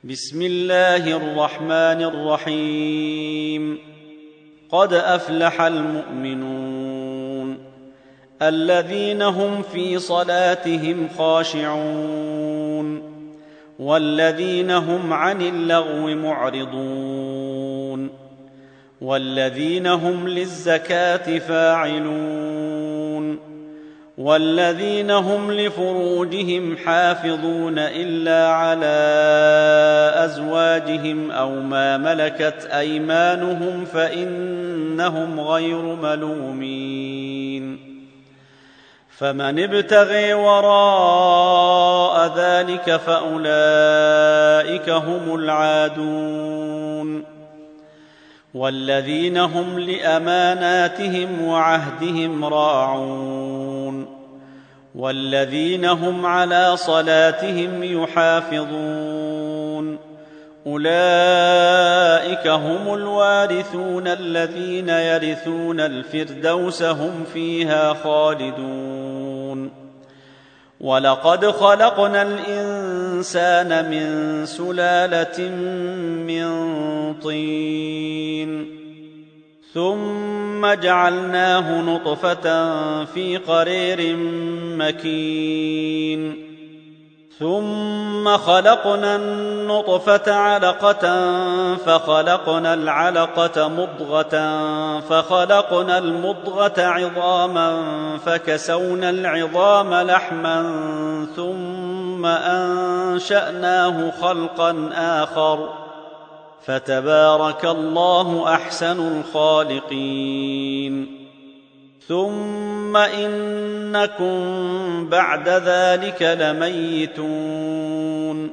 بسم الله الرحمن الرحيم. قد أفلح المؤمنون الذين هم في صلاتهم خاشعون والذين هم عن اللغو معرضون والذين هم للزكاة فاعلون والذين هم لفروجهم حافظون إلا على أزواجهم أو ما ملكت أيمانهم فإنهم غير ملومين. فمن ابتغي وراء ذلك فأولئك هم العادون. والذين هم لأماناتهم وعهدهم راعون والذين هم على صلاتهم يحافظون أولئك هم الوارثون الذين يرثون الفردوس هم فيها خالدون. ولقد خلقنا الإنسان من سلالة من طين ثم جعلناه نطفة في قرير مكين ثم خلقنا النطفة علقة فخلقنا العلقة مضغة فخلقنا المضغة عظاما فكسونا العظام لحما ثم أنشأناه خلقا آخر فتبارك الله أحسن الخالقين. ثم إنكم بعد ذلك لميتون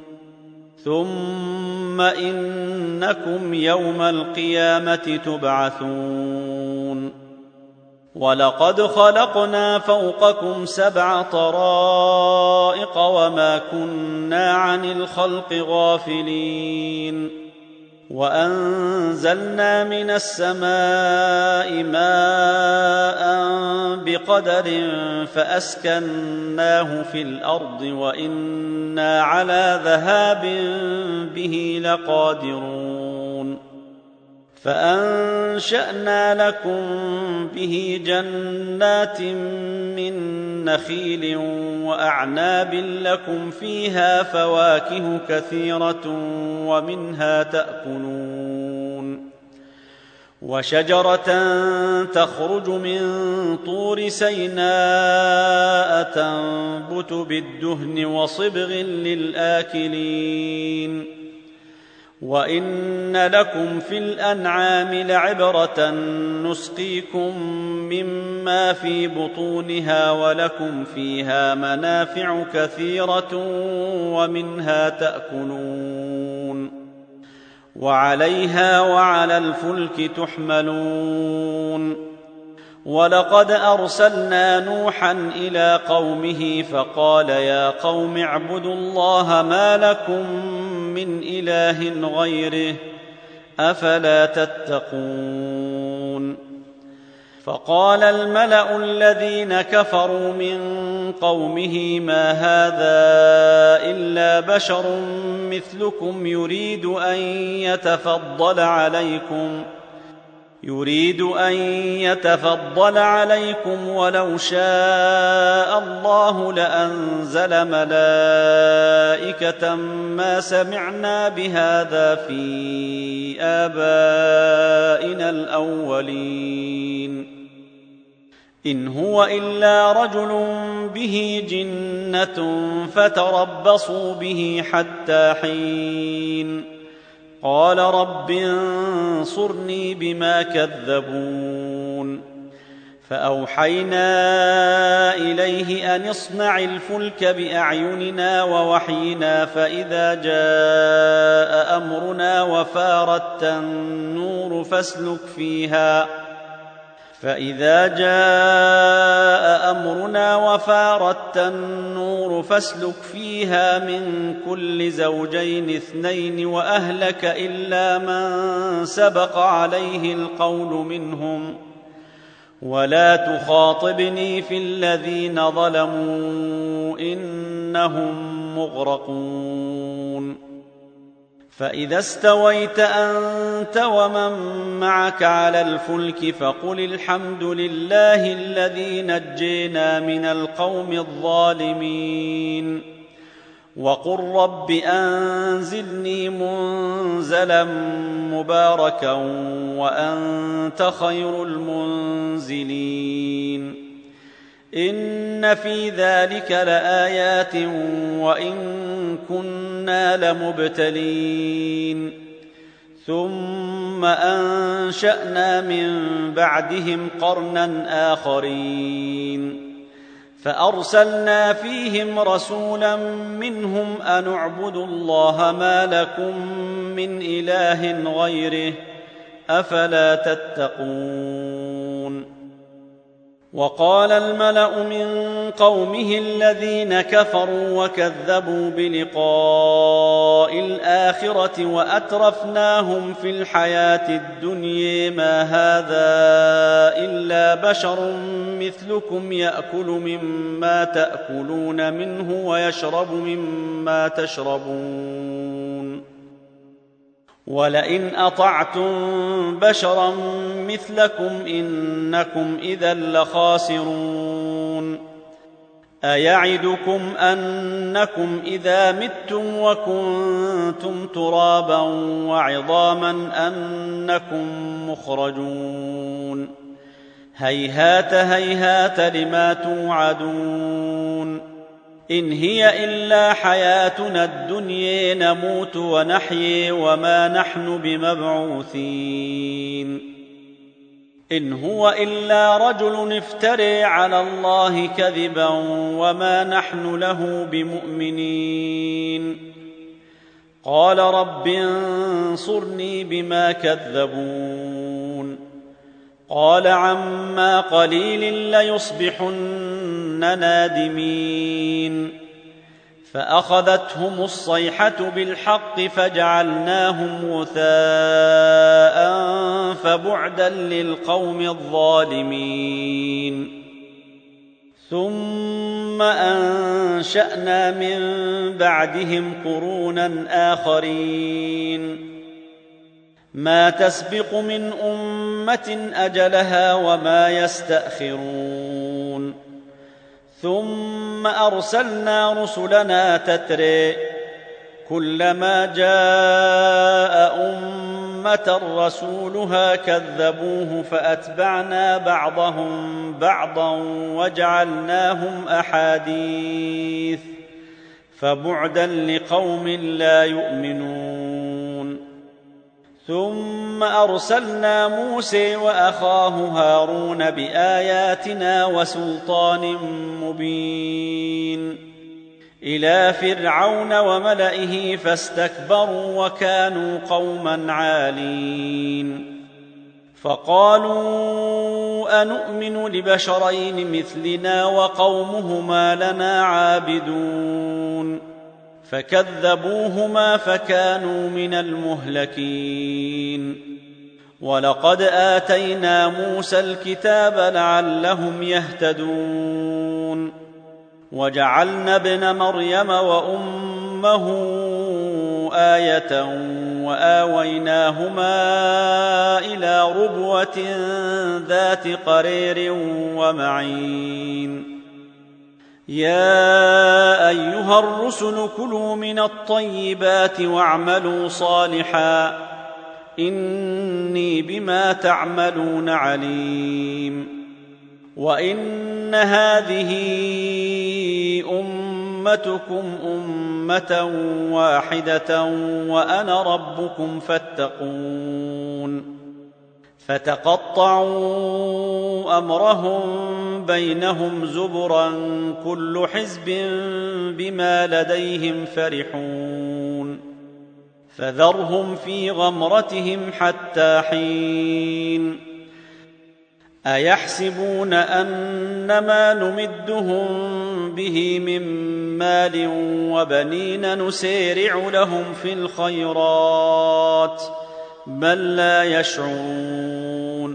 ثم إنكم يوم القيامة تبعثون. ولقد خلقنا فوقكم 7 طرائق وما كنا عن الخلق غافلين. وأنزلنا من السماء ماء بقدر فأسكناه في الأرض وإنا على ذهاب به لقادرون. فأنشأنا لكم به جنات من نخيل وأعناب لكم فيها فواكه كثيرة ومنها تأكلون. وشجرة تخرج من طور سيناء تنبت بالدهن وصبغ للآكلين. وإن لكم في الأنعام لعبرة نسقيكم مما في بطونها ولكم فيها منافع كثيرة ومنها تأكلون وعليها وعلى الفلك تحملون. ولقد أرسلنا نوحا إلى قومه فقال يا قوم اعبدوا الله ما لكم من إله غيره أفلا تتقون. فقال الملأ الذين كفروا من قومه ما هذا إلا بشر مثلكم يريد أن يتفضل عليكم ولو شاء الله لأنزل ملائكة ما سمعنا بهذا في آبائنا الأولين إن هو إلا رجل به جنة فتربصوا به حتى حين. قال رب انصرني بما كذبون. فأوحينا إليه أن اصنع الفلك بأعيننا ووحينا فإذا جاء أمرنا وفارت النور فاسلك فيها من كل زوجين 2 وأهلك إلا من سبق عليه القول منهم ولا تخاطبني في الذين ظلموا إنهم مغرقون. فإذا استويت أنت ومن معك على الفلك فقل الحمد لله الذي نجينا من القوم الظالمين وقل رب أنزلني منزلا مباركا وأنت خير المنزلين إن في ذلك لآيات وإن كنا لمبتلين ثم أنشأنا من بعدهم قرنا آخرين فأرسلنا فيهم رسولا منهم أن اعبدوا الله ما لكم من إله غيره أفلا تتقون وقال الملأ من قومه الذين كفروا وكذبوا بلقاء الآخرة وأترفناهم في الحياة الدنيا ما هذا إلا بشر مثلكم يأكل مما تأكلون منه ويشرب مما تشربون ولئن أطعتم بشرا مثلكم إنكم إذا لخاسرون أيعدكم أنكم إذا متم وكنتم ترابا وعظاما أنكم مخرجون هيهات هيهات لما توعدون إن هي إلا حياتنا الدنيا نموت ونحيي وما نحن بمبعوثين إن هو إلا رجل افترى على الله كذبا وما نحن له بمؤمنين قال رب انصرني بما كذبون قال عما قليل ليصبحن نادمين فأخذتهم الصيحة بالحق فجعلناهم غثاء فبعدا للقوم الظالمين ثم أنشأنا من بعدهم قرونا آخرين ما تسبق من أمة أجلها وما يستأخرون ثم أرسلنا رسلنا تترى كلما جاء أمة رسولها كذبوه فأتبعنا بعضهم بعضا وجعلناهم أحاديث فبعدا لقوم لا يؤمنون ثم أرسلنا موسى وأخاه هارون بآياتنا وسلطان مبين إلى فرعون وملئه فاستكبروا وكانوا قوما عالين فقالوا أنؤمن لبشرين مثلنا وقومهما لنا عابدون فكذبوهما فكانوا من المهلكين ولقد آتينا موسى الكتاب لعلهم يهتدون وجعلنا ابن مريم وأمه آية وآويناهما إلى ربوة ذات قرير ومعين يا أيها الرسل كلوا من الطيبات واعملوا صالحا إني بما تعملون عليم وإن هذه أمتكم أمة واحدة وأنا ربكم فاتقون فتقطعوا أمرهم بينهم زبرا كل حزب بما لديهم فرحون فذرهم في غمرتهم حتى حين أيحسبون أنما نمدهم به من مال وبنين نسارع لهم في الخيرات بل لا يشعرون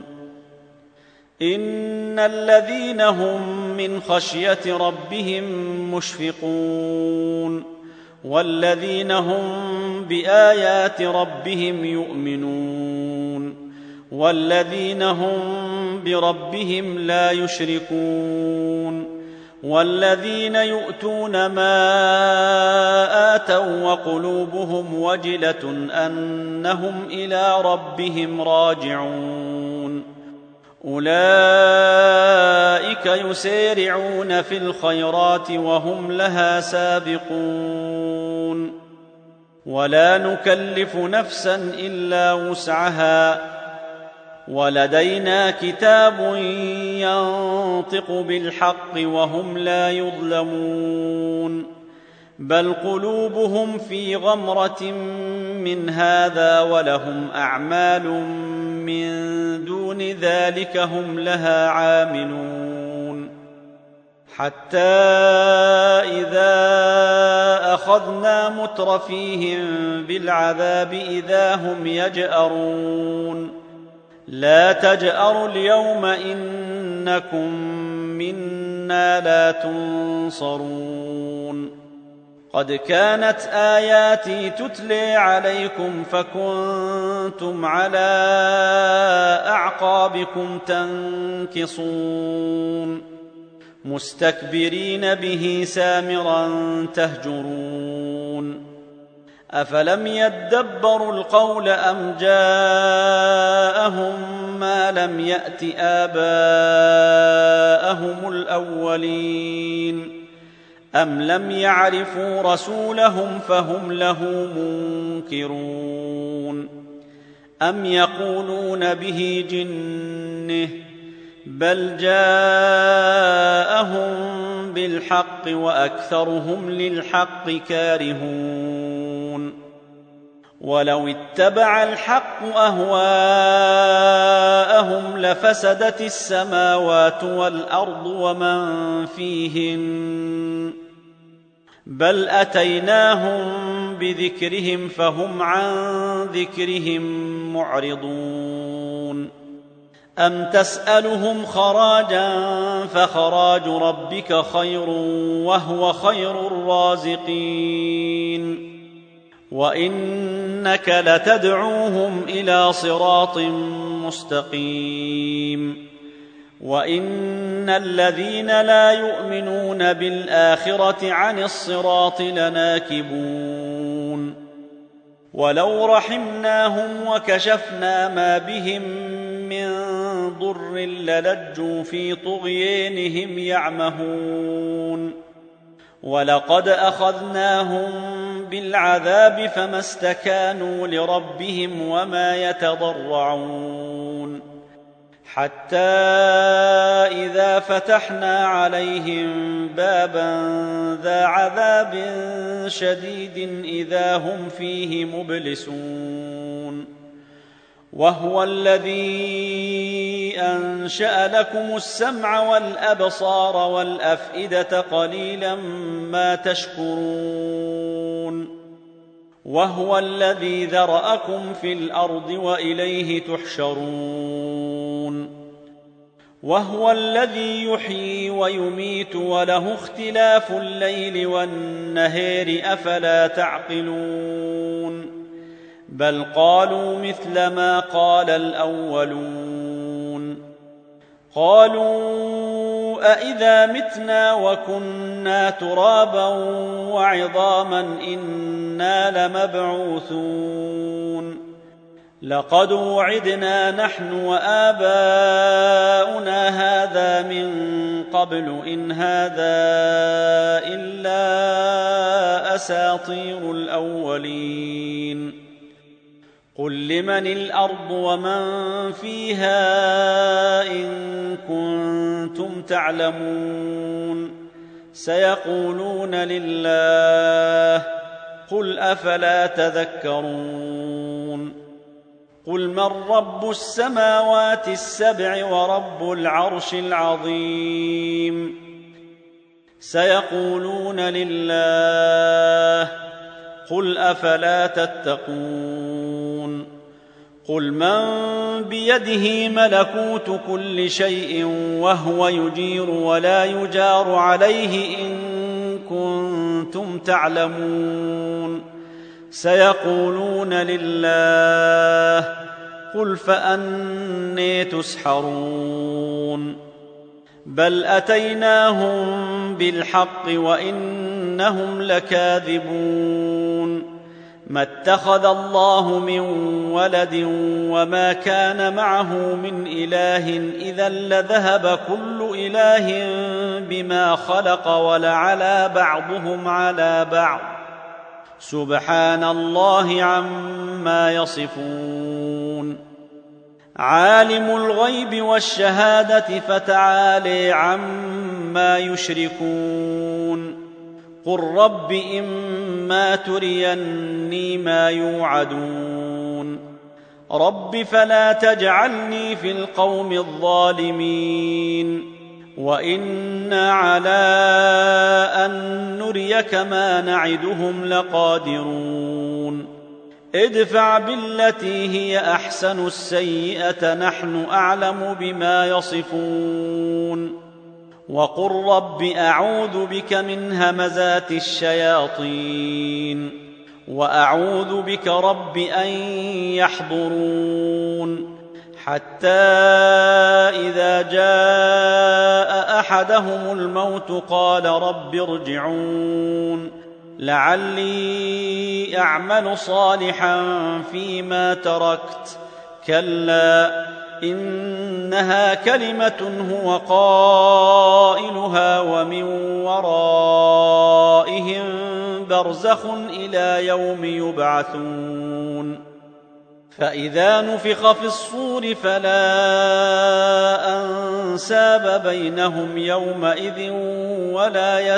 إن الذين هم من خشية ربهم مشفقون والذين هم بآيات ربهم يؤمنون والذين هم بربهم لا يشركون والذين يؤتون ما آتوا وقلوبهم وجلة أنهم إلى ربهم راجعون أولئك يسارعون في الخيرات وهم لها سابقون ولا نكلف نفسا إلا وسعها ولدينا كتاب ينطق بالحق وهم لا يظلمون بل قلوبهم في غمرة من هذا ولهم أعمال من دون ذلك هم لها عاملون حتى إذا أخذنا مترفيهم بالعذاب إذا هم يجأرون لا تجأروا اليوم إنكم منا لا تنصرون قد كانت آياتي تتلي عليكم فكنتم على أعقابكم تنكصون مستكبرين به سامرا تهجرون أفلم يدبروا القول أم جاءهم ما لم يأت آباءهم الأولين أم لم يعرفوا رسولهم فهم له منكرون أم يقولون به جنة بل جاءهم بالحق وأكثرهم للحق كارهون ولو اتبع الحق أهواءهم لفسدت السماوات والأرض ومن فيهن بل أتيناهم بذكرهم فهم عن ذكرهم معرضون أم تسألهم خراجا فخراج ربك خير وهو خير الرازقين وإنك لتدعوهم إلى صراط مستقيم وإن الذين لا يؤمنون بالآخرة عن الصراط لناكبون ولو رحمناهم وكشفنا ما بهم من ضر للجوا في طغيانهم يعمهون ولقد أخذناهم بالعذاب فما استكانوا لربهم وما يتضرعون حتى إذا فتحنا عليهم بابا ذا عذاب شديد إذا هم فيه مبلسون وهو الذي أنشأ لكم السمع والأبصار والأفئدة قليلا ما تشكرون وهو الذي ذرأكم في الأرض وإليه تحشرون وهو الذي يحيي ويميت وله اختلاف الليل والنهار أفلا تعقلون بل قالوا مثل ما قال الأولون قالوا أإذا متنا وكنا ترابا وعظاما إنا لمبعوثون لقد وعدنا نحن وآباؤنا هذا من قبل إن هذا إلا أساطير الأولين قل لمن الأرض ومن فيها إن كنتم تعلمون سيقولون لله قل أفلا تذكرون قل من رب السماوات السبع ورب العرش العظيم سيقولون لله قل أفلا تتقون قل من بيده ملكوت كل شيء وهو يجير ولا يجار عليه إن كنتم تعلمون سيقولون لله قل فأني تسحرون بل أتيناهم بالحق وإنهم لكاذبون ما اتخذ الله من ولد وما كان معه من إله إذا لذهب كل إله بما خلق ولعلى بعضهم على بعض سبحان الله عما يصفون عالم الغيب والشهادة فتعالي عما يشركون قل رب إما تريني ما يوعدون رب فلا تجعلني في القوم الظالمين وإنا على أن نريك ما نعدهم لقادرون ادفع بالتي هي أحسن السيئة نحن أعلم بما يصفون وقل رب أعوذ بك من همزات الشياطين وأعوذ بك رب أن يحضرون حتى إذا جاء أحدهم الموت قال رب ارجعون لعلي أعمل صالحا فيما تركت كلا إنها كلمة هو قائلها ومن ورائهم برزخ إلى يوم يبعثون فإذا نفخ في الصور فلا أنساب بينهم يومئذ ولا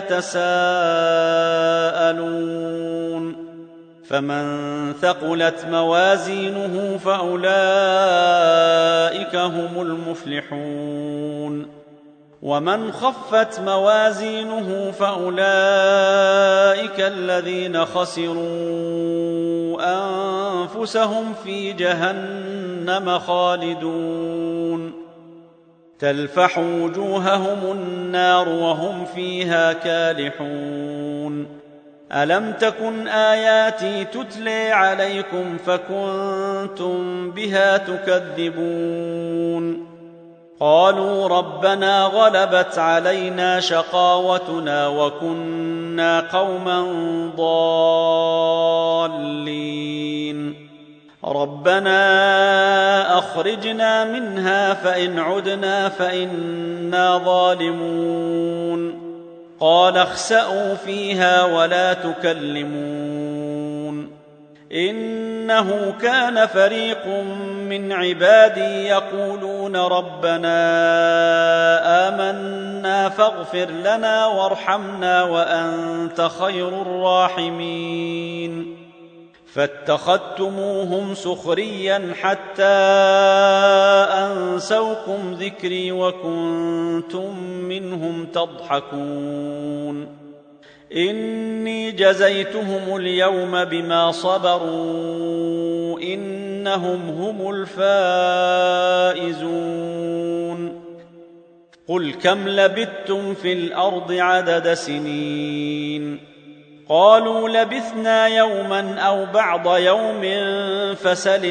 يتساءلون فمن ثقلت موازينه فأولئك هم المفلحون ومن خفت موازينه فأولئك الذين خسروا أنفسهم في جهنم خالدون تلفح وجوههم النار وهم فيها كالحون ألم تكن آياتي تتلي عليكم فكنتم بها تكذبون قالوا ربنا غلبت علينا شقاوتنا وكنا قوما ضالين ربنا أخرجنا منها فإن عدنا فإنا ظالمون قال اخسأوا فيها ولا تكلمون إنه كان فريق من عبادي يقولون ربنا آمنا فاغفر لنا وارحمنا وأنت خير الراحمين فاتخذتموهم سخريا حتى أنسوكم ذكري وكنتم منهم تضحكون إني جزيتهم اليوم بما صبروا إنهم هم الفائزون قل كم لبثتم في الأرض عدد سنين قالوا لبثنا يوما أو بعض يوم فسل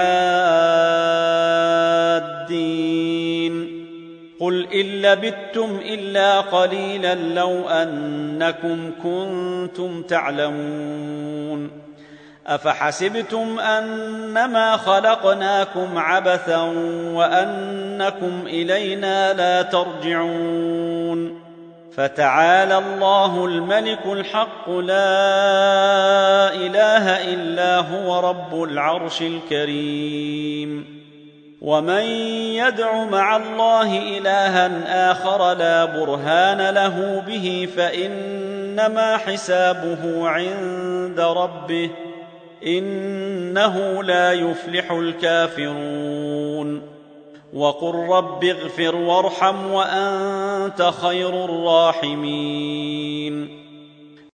العادين قل إن لبثتم إلا قليلا لو أنكم كنتم تعلمون أفحسبتم أنما خلقناكم عبثا وأنكم إلينا لا ترجعون فتعالى الله الملك الحق لا إله إلا هو رب العرش الكريم ومن يدع مع الله إلها آخر لا برهان له به فإنما حسابه عند ربه إنه لا يفلح الكافرون وقل رب اغفر وارحم وأنت خير الراحمين